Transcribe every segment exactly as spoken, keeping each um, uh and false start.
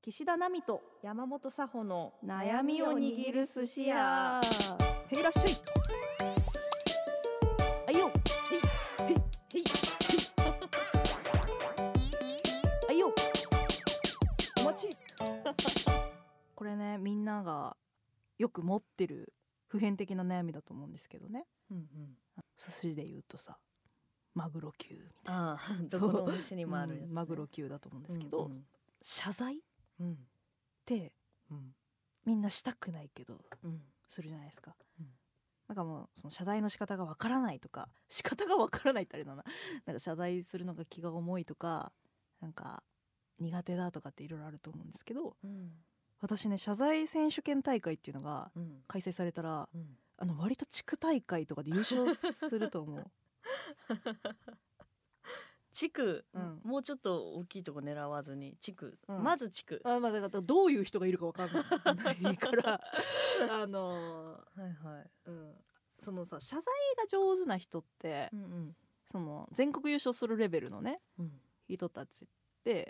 岸田奈美と山本佐穂の悩みを握る寿司屋。へいらっしゃい。あいよ。へいへいへいあいよ。お待ち。これね、みんながよく持ってる普遍的な悩みだと思うんですけどね、 うんうん、 寿司で言うとさ、マグロ級みたいな、 ああどこのお店にもあるやつ、ね、 うん、マグロ級だと思うんですけど、 うんうん、 謝罪っうん、 て、うん、みんなしたくないけど、うん、するじゃないですか、うん、なんかもうその謝罪の仕方がわからないとか、仕方がわからないってあれだな、なんか謝罪するのが気が重いとか、なんか苦手だとかっていろいろあると思うんですけど、うん、私ね、謝罪選手権大会っていうのが開催されたら、うん、あの割と地区大会とかで優勝すると思う地区、うん、もうちょっと大きいとこ狙わずに地区、うん、まず地区、 あ、まあ、だからどういう人がいるか分かんないからあのー、はいはい、うん、そのさ、謝罪が上手な人って、うんうん、その全国優勝するレベルのね、うん、人たちって、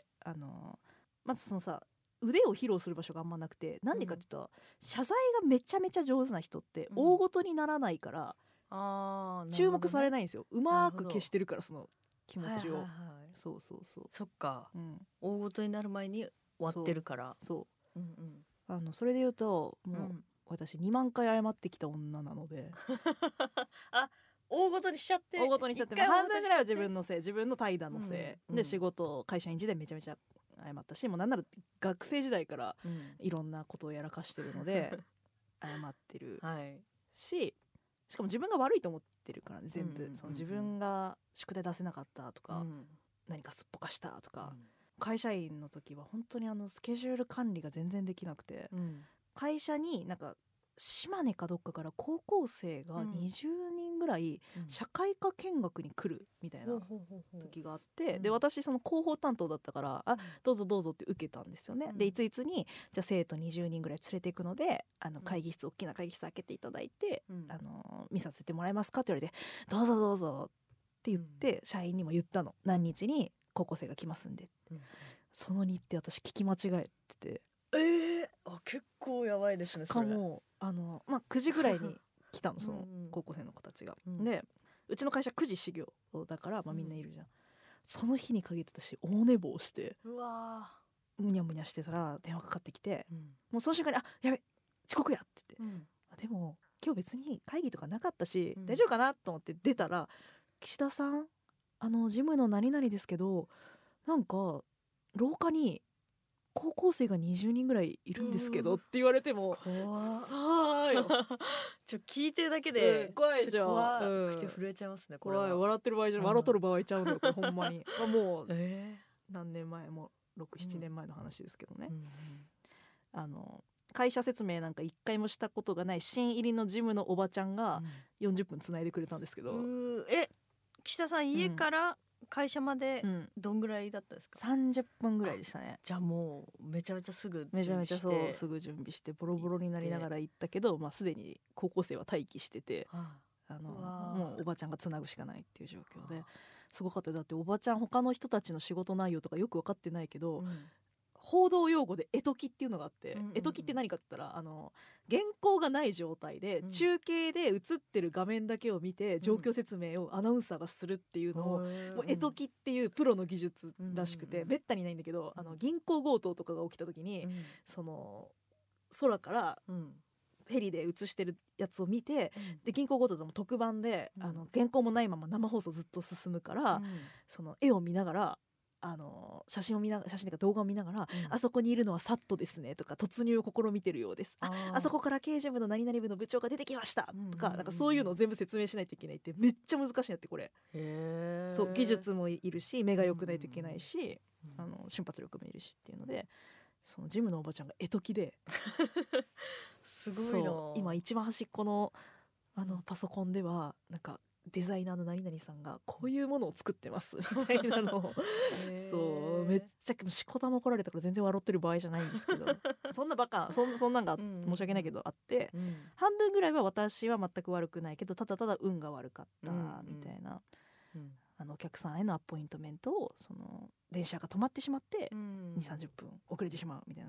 あのー、まずそのさ、腕を披露する場所があんまなくて、なんでかっていうと、うん、謝罪がめちゃめちゃ上手な人って大ごとにならないから、うん、あ、注目されないんですよ。うまく消してるから、その気持ちを、はいはいはい、そうそうそう、 そっか、うん、大ごとになる前に終わってるから、 そう、うんうん、あのそれで言うともう、うん、私にまんかい謝ってきた女なのであ、大ごとにしちゃって大ごとにしちゃって、半分ぐらいは自分のせい、自分の怠惰のせい、うん、で仕事会社員時代めちゃめちゃ謝ったし、もうなんなら学生時代からいろんなことをやらかしてるので、うん、謝ってる、はい、し、しかも自分が悪いと思ってるからね、全部、うんうんうんうん、その自分が宿題出せなかったとか、うん、何かすっぽかしたとか、うん、会社員の時は本当にあのスケジュール管理が全然できなくて、うん、会社になんか島根かどっかから高校生がにじゅうにんぐらい社会科見学に来るみたいな時があって、うん、で私その広報担当だったから、うん、あ、どうぞどうぞって受けたんですよね、うん、でいついつにじゃあ生徒にじゅうにんぐらい連れていくので、あの会議室、大きな会議室開けていただいて、うん、あの見させてもらえますかって言われて、どうぞどうぞって言って、うん、社員にも言ったの、何日に高校生が来ますんで、うん、その日程私聞き間違えてて、 えー、あ、結構やばいですね。 しかもあの、まあ、くじぐらいに来たのその高校生の子たちが、うん、でうちの会社くじ始業だから、まあ、みんないるじゃん、うん、その日に限って私大寝坊して、うわむにゃむにゃしてたら電話かかってきて、うん、もうその瞬間にあ、やべ遅刻やって言って、うん、でも今日別に会議とかなかったし、うん、大丈夫かなと思って出たら、岸田さん、あのジムの何々ですけど、なんか廊下に高校生がにじゅうにんぐらいいるんですけどって言われても、 怖さあよちょ聞いてるだけで、 うん、怖いじゃん、 怖くて震えちゃいますね、これは。 怖い、笑ってる場合じゃ、うん、笑っとる場合ちゃうのよこれほんまにまあもう、えー、何年前もろく、ななねんまえの話ですけどね、うんうん、あの会社説明なんか一回もしたことがない新入りのジムのおばちゃんがよんじゅっぷんつないでくれたんですけど、 うん、え、岸田さん家から会社までどんぐらいだったですか？ さんじゅっぷんぐらいでしたね。 じゃあもうめちゃめちゃすぐ準備して、 めちゃめちゃそうすぐ準備してボロボロになりながら行ったけど、まあ、すでに高校生は待機してて、はあ、あのもうおばちゃんがつなぐしかないっていう状況で、すごかったよ。だっておばちゃん他の人たちの仕事内容とかよく分かってないけど、うん、報道用語で絵解きっていうのがあって、うんうんうん、絵解きって何かって言ったら、あの原稿がない状態で、うん、中継で映ってる画面だけを見て状況説明をアナウンサーがするっていうのを、うん、もう絵解きっていうプロの技術らしくて、うん、めったにないんだけど、あの銀行強盗とかが起きた時に、うん、その空からフェリーで映してるやつを見て、うん、で銀行強盗でも特番で、うん、あの原稿もないまま生放送ずっと進むから、うん、その絵を見ながらあの写真を見な写真とか動画を見ながら、うん、あそこにいるのはサットですねとか、突入を試みてるようです、 あ, あそこから刑事部の何々部の部長が出てきましたとか、うんうんうん、なんかそういうのを全部説明しないといけないってめっちゃ難しいなって。これへそう技術もいるし、目が良くないといけないし、うんうん、あの瞬発力もいるしっていうので、そのジムのおばちゃんが絵解きですごいな。そう今一番端っこ の, あのパソコンではなんかデザイナーの何々さんがこういうものを作ってますみたいなのをそうめっちゃしこたま怒られたから全然笑ってる場合じゃないんですけどそんなバカ そ, そんなんが申し訳ないけどあって、うんうん、半分ぐらいは私は全く悪くないけど、ただただ運が悪かったみたいな、うんうん、あのお客さんへのアポイントメントをその電車が止まってしまって、うん、にじゅうさんじゅっぷん遅れてしまうみたいな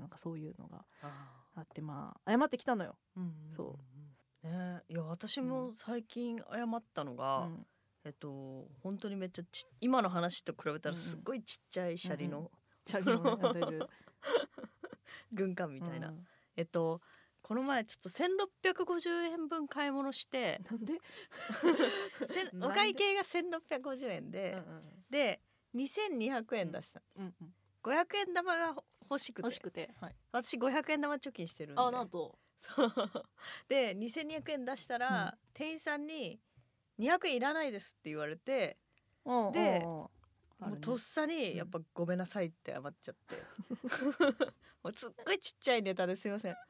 なんかそういうのがあってまあ謝ってきたのよ、うんうんうん、そうね、いや私も最近謝ったのが、うん、えっと本当にめっちゃち今の話と比べたらすっごいちっちゃいシャリの、うんうん、 シャリの、ね、大丈夫軍艦みたいな、うん、えっとこの前ちょっとせんろっぴゃくごじゅうえんぶん買い物してなんでお会計がせんろっぴゃくごじゅうえんで、うんうん、でにせんにひゃくえん出したんです、うんうん、ごひゃくえん玉が欲しくて、 欲しくて、はい、 私ごひゃくえん玉貯金してるんで、 あなんとそうでにせんにひゃくえん出したら、うん、店員さんににひゃくえんいらないですって言われて、 うん、 で、 うんうんもうとっさにやっぱごめんなさいって謝っちゃって、もうすっごいちっちゃいネタですいませんえ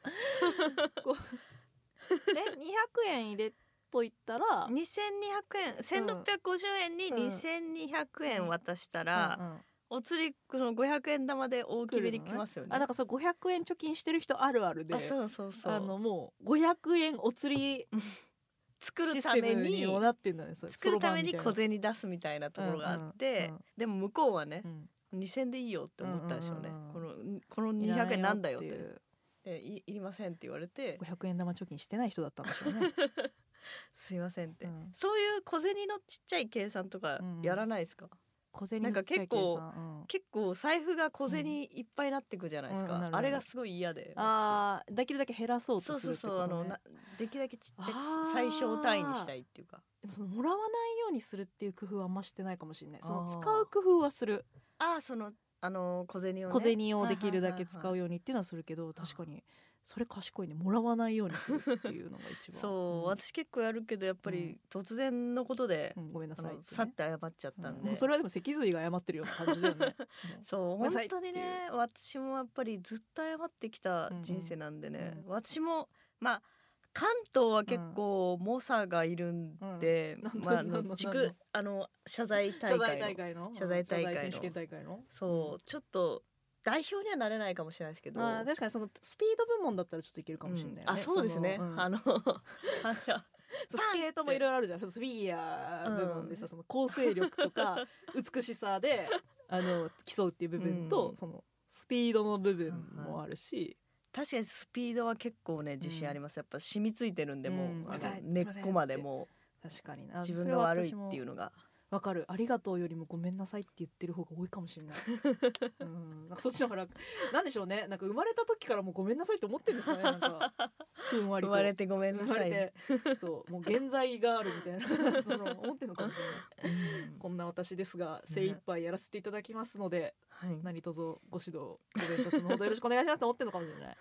にひゃくえん入れといたらにせんにひゃくえんせんろっぴゃくごじゅうえんににせんにひゃくえん渡したら、うんうんうん、お釣りこのごひゃくえん玉で大きめに来ますよね。 あなんかそれごひゃくえん貯金してる人あるあるで、 あそうそうそう、 あのもうごひゃくえんお釣り作るためににもなってんだね、それ作るために小銭出すみたいなところがあって、うんうんうん、でも向こうはね、うん、にせんでいいよって思ったんでしょうね、うんうんうん、このこのにひゃくえんなんだよってで い, いりませんって言われてごひゃくえん玉貯金してない人だったんでしょうねすいませんって、うん、そういう小銭のちっちゃい計算とかやらないですか、うん小銭のちっちゃい計算、 なんか結構、うん、結構財布が小銭いっぱいになってくじゃないですか、うんうん、あれがすごい嫌で、 あできるだけ減らそうとするってことね。 そうそうそう、あのなできるだけちっちゃく最小単位にしたいっていうか。 でもそのもらわないようにするっていう工夫はあんましてないかもしれない。その使う工夫はする。 ああそのあの小銭をね小銭をできるだけ使うようにっていうのはするけど、確かにそれ賢いね、もらわないようにするっていうのが一番そう、うん、私結構やるけどやっぱり突然のことで、 うん、ごめんなさいって、ね、 さって謝っちゃったんで、 うん、それはでも脊髄が謝ってるような感じだよねそう本当にね、私もやっぱりずっと謝ってきた人生なんでね、うんうん、私もまあ関東は結構猛者がいるんで、うん、まあ、あの地区あの謝罪大会の謝罪大会の選手権大会のそう、うん、ちょっと代表にはなれないかもしれないですけど、 あ確かにそのスピード部門だったらちょっといけるかもしれない、ねうん、あそうですね、うん、あの反射スケートもいろいろあるじゃん、スフィギュア部門でさ、うん、その構成力とか美しさであの競うっていう部分と、うん、そのスピードの部分もあるし、 確かにスピードは結構ね自信あります、やっぱ染みついてるんで、もう、うん、あの根っこまでもう確かにな自分が悪いっていうのがわかる。ありがとうよりもごめんなさいって言ってる方が多いかもしれない、うん、なんかそっちだからなんでしょうね、なんか生まれた時からもうごめんなさいって思ってるんですかね、なんかふんわりと生まれてごめんなさいそうもう現在があるみたいなその思ってるのかもしれない、うん、こんな私ですが精一杯やらせていただきますので、ね、何卒ご指導ご鞭撻のほどよろしくお願いしますと思ってるのかもしれない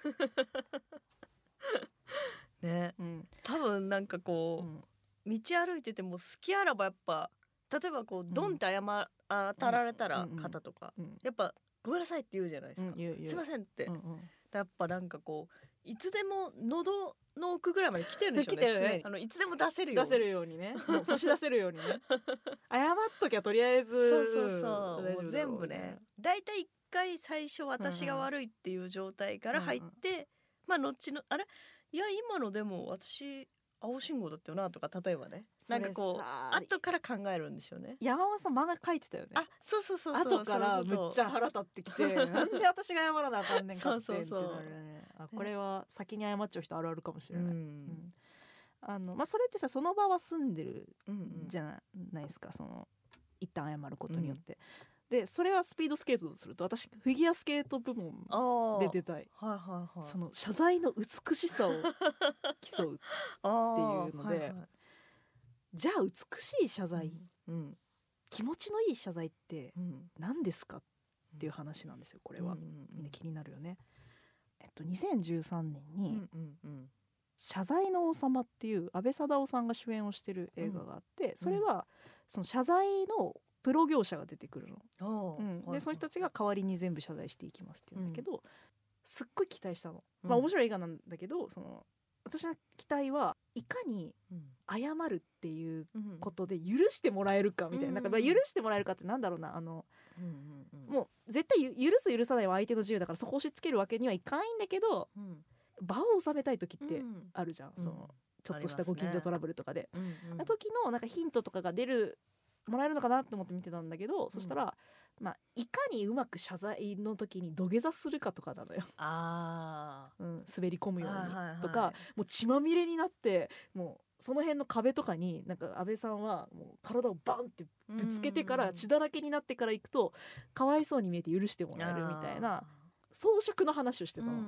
ね、うん、多分なんかこう、うん、道歩いてても好きあらばやっぱ例えばこうドンって謝、うん、当たられたら肩とか、うんうん、やっぱごめんなさいって言うじゃないですか、うん、言う言うすいませんって、うんうん、やっぱなんかこういつでも喉の奥ぐらいまで来てるんでしょうねね、あのいつでも出せるように出せるようにね、もう差し出せるようにね謝っときゃとりあえずそうそうそう、もう全部ねだいたい一回最初私が悪いっていう状態から入って、うんうん、まあ後のあれいや今のでも私青信号だったよなとか、例えばねなんかこう後から考えるんですよね。 山本さん漫画書いてたよね。 あそうそうそうそう、 後からむっちゃ腹立ってきてなんで私が謝らなあかんねんかってそうそうそうってなるね。あこれは先に謝っちゃう人あるあるかもしれない、うんうん、あのまあ、それってさその場は住んでるじゃないですか、その一旦謝ることによって、うんでそれはスピードスケートとすると私フィギュアスケート部門で出たい、 はいはいはい、 その謝罪の美しさを競うっていうので、はいはい、じゃあ美しい謝罪、うんうん、気持ちのいい謝罪って何ですかっていう話なんですよ。これは、うんうんうん、みんな気になるよね。えっと、にせんじゅうさんねんに、うんうんうん、謝罪の王様っていう安倍貞夫さんが主演をしてる映画があって、うん、それはその謝罪のプロ業者が出てくるの、うん、で、はい、その人たちが代わりに全部謝罪していきますっていうんだけど、うん、すっごい期待したの、うん、まあ面白い映画なんだけど、その私の期待はいかに謝るっていうことで許してもらえるかみたいな、うん、なんかまあ許してもらえるかってなんだろうな、あの、うんうんうん、もう絶対許す許さないは相手の自由だからそこ押し付けるわけにはいかないんだけど、うん、場を収めたい時ってあるじゃん、うん、そのちょっとしたご近所トラブルとかで、うんうん、時のなんかヒントとかが出るもらえるのかなと思って見てたんだけど、うん、そしたらまあ、いかにうまく謝罪の時に土下座するかとかなのよ。 あ、 うん、滑り込むように、 はいはいはい、 とかもう血まみれになってもうその辺の壁とかになんか安倍さんはもう体をバンってぶつけてから血だらけになってから行くとかわいそうに見えて許してもらえるみたいな装飾の話をしてたの、うん、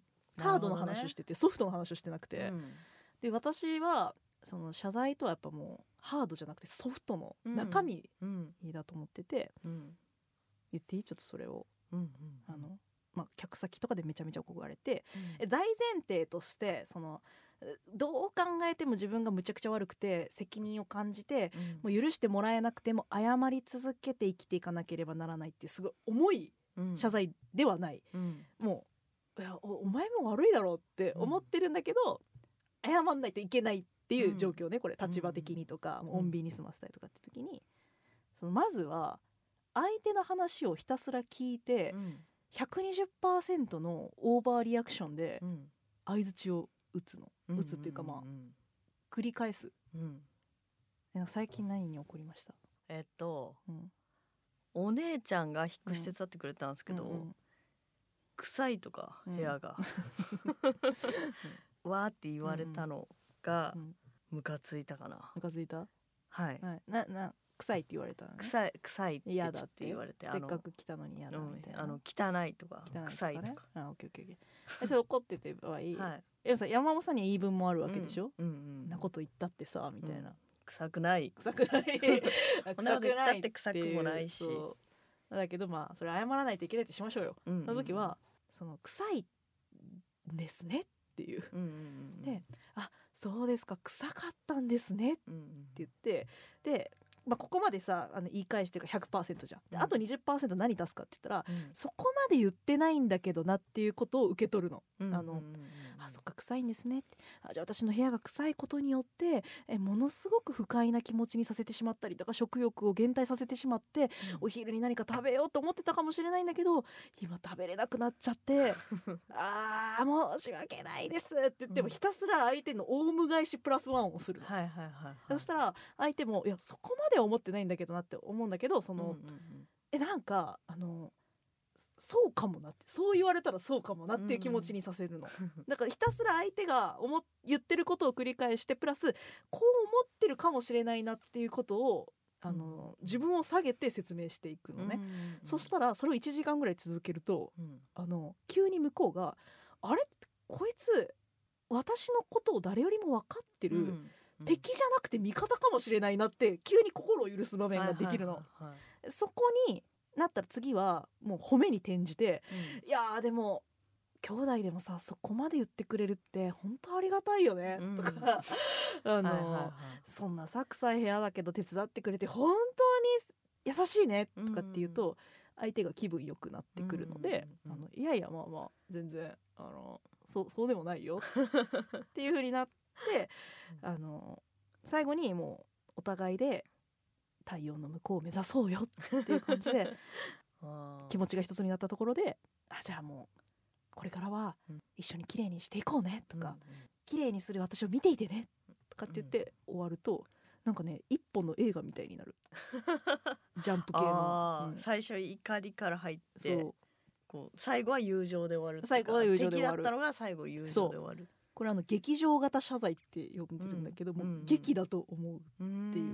ハードの話をしてて、ね、ソフトの話をしてなくて、うん、で私はその謝罪とはやっぱもうハードじゃなくてソフトの中身だと思ってて、うんうん、言っていい？ちょっとそれを、うんうん、あのまあ、客先とかでめちゃめちゃ怒られて、うん、大前提としてそのどう考えても自分がむちゃくちゃ悪くて責任を感じて、うん、もう許してもらえなくても謝り続けて生きていかなければならないっていうすごい重い謝罪ではない、うん、もういや お, お前も悪いだろうって思ってるんだけど、うん、謝んないといけないっていう状況ね、これ立場的にとか、うん、穏便に済ませたいとかって時にそのまずは相手の話をひたすら聞いて、うん、ひゃくにじゅっパーセント のオーバーリアクションで相づちを打つの、うん、打つっていうかまあ、うんうんうん、繰り返す、うん、最近何に怒りました？ えっと、うん、お姉ちゃんが引っ越し手伝ってくれたんですけど、うんうん、臭いとか部屋が、うん、わーって言われたのがムカついたかな。 ムカついた？ はい、 はい、なな臭いって言われたのね。 臭い臭いって嫌だって言われて、 せっかく来たのに嫌だみたいな、 うん、あの汚いとか汚いとか、ね、臭いとか、 あ、オッケーオッケーオッケーそれ怒ってて場合、はい、でもさ山本さんには言い分もあるわけでしょ、うんうんうん、なこと言ったってさみたいな、うん、 臭くない臭くない臭くないって臭くもないし、 だけどまあそれ謝らないといけないってしましょうよ、うんうん、その時はその臭いですねっていう、うんうんうん、で、あ、そうですか臭かったんですねって言って、うんうん、でまあ、ここまでさあの言い返してるから ひゃくパーセント じゃん。であと にじゅっパーセント 何出すかって言ったら、うん、そこまで言ってないんだけどなっていうことを受け取るの。うん、あのあそっか臭いんですねって、あじゃあ私の部屋が臭いことによってえものすごく不快な気持ちにさせてしまったりとか食欲を減退させてしまって、うん、お昼に何か食べようと思ってたかもしれないんだけど今食べれなくなっちゃってあー申し訳ないですって言っても、うん、ひたすら相手のオウム返しプラスワンをするの、はいはいはいはい、そしたら相手もいやそこまでは思ってないんだけどなって思うんだけどその、うんうんうん、えなんかあのそうかもなってそう言われたらそうかもなっていう気持ちにさせるの、うん、だからひたすら相手が思言ってることを繰り返してプラスこう思ってるかもしれないなっていうことをあの、うん、自分を下げて説明していくのね、うんうんうん、そしたらそれをいちじかんぐらい続けると、うん、あの急に向こうがあれこいつ私のことを誰よりも分かってる、うんうん、敵じゃなくて味方かもしれないなって急に心を許す場面ができるの、はいはいはいはい、そこになったら次はもう褒めに転じて、うん、いやでも兄弟でもさそこまで言ってくれるって本当ありがたいよね、うん、とかあの、はいはいはい、そんなさ臭い部屋だけど手伝ってくれて本当に優しいねとかって言うと、うん、相手が気分良くなってくるので、うんうんうん、あのいやいやまあまあ全然あの そ, そうでもないよっていう風になってあの最後にもうお互いで太陽の向こうを目指そうよっていう感じで気持ちが一つになったところであじゃあもうこれからは一緒に綺麗にしていこうねとか、うん、綺麗にする私を見ていてねとかって言って終わるとなんかね一本の映画みたいになるジャンプ系の、 うん、最初怒りから入ってそうこう最後は友情で終わる最後は友情で終わる敵だったのが最後友情で終わるこれあの劇場型謝罪って呼んでるんだけど、うん、もう劇だと思うっていう、うん、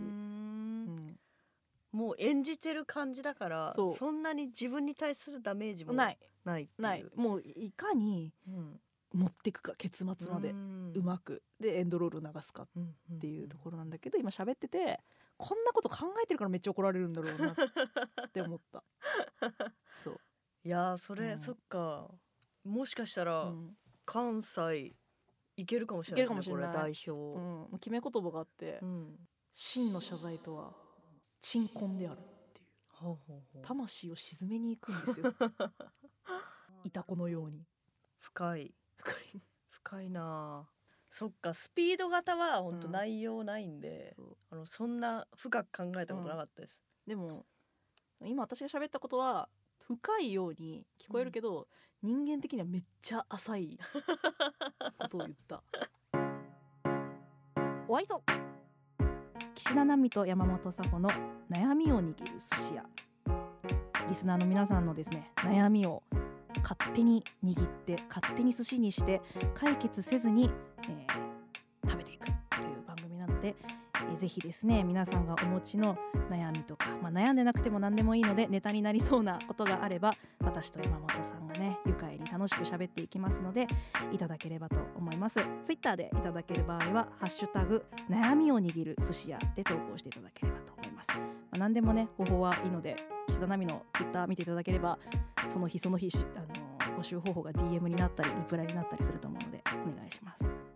もう演じてる感じだから そ, そんなに自分に対するダメージもないないないもういかに持っていくか結末までうまくでエンドロール流すかっていうところなんだけど今喋っててこんなこと考えてるからめっちゃ怒られるんだろうなって思ったそういやそれ、うん、そっかもしかしたら、うん、関西いけるかもしれないですね、いけるかもしれないこれ代表、 うん、決め言葉があって、うん、真の謝罪とは鎮魂であるっていう、ほうほうほう魂を沈めに行くんですよイタコのように深い深い深いなそっかスピード型は本当内容ないんで、うん、そ, あのそんな深く考えたことなかったです、 うん、でも今私が喋ったことは深いように聞こえるけど、うん、人間的にはめっちゃ浅いことを言ったお会いそう岸田奈美と山本佐穂の悩みを握る寿司屋リスナーの皆さんのですね悩みを勝手に握って勝手に寿司にして解決せずに、えー、食べていくという番組なので、えー、ぜひですね皆さんがお持ちの悩みとか、まあ、悩んでなくても何でもいいのでネタになりそうなことがあれば私と山本さんがね愉快に楽しく喋っていきますのでいただければと思います。ツイッターでいただける場合はハッシュタグ悩みを握る寿司屋で投稿していただければと思います。まあ、何でもね方法はいいので岸田奈美のツイッター見ていただければその日その日あの募集方法が ディーエム になったりリプライになったりすると思うのでお願いします。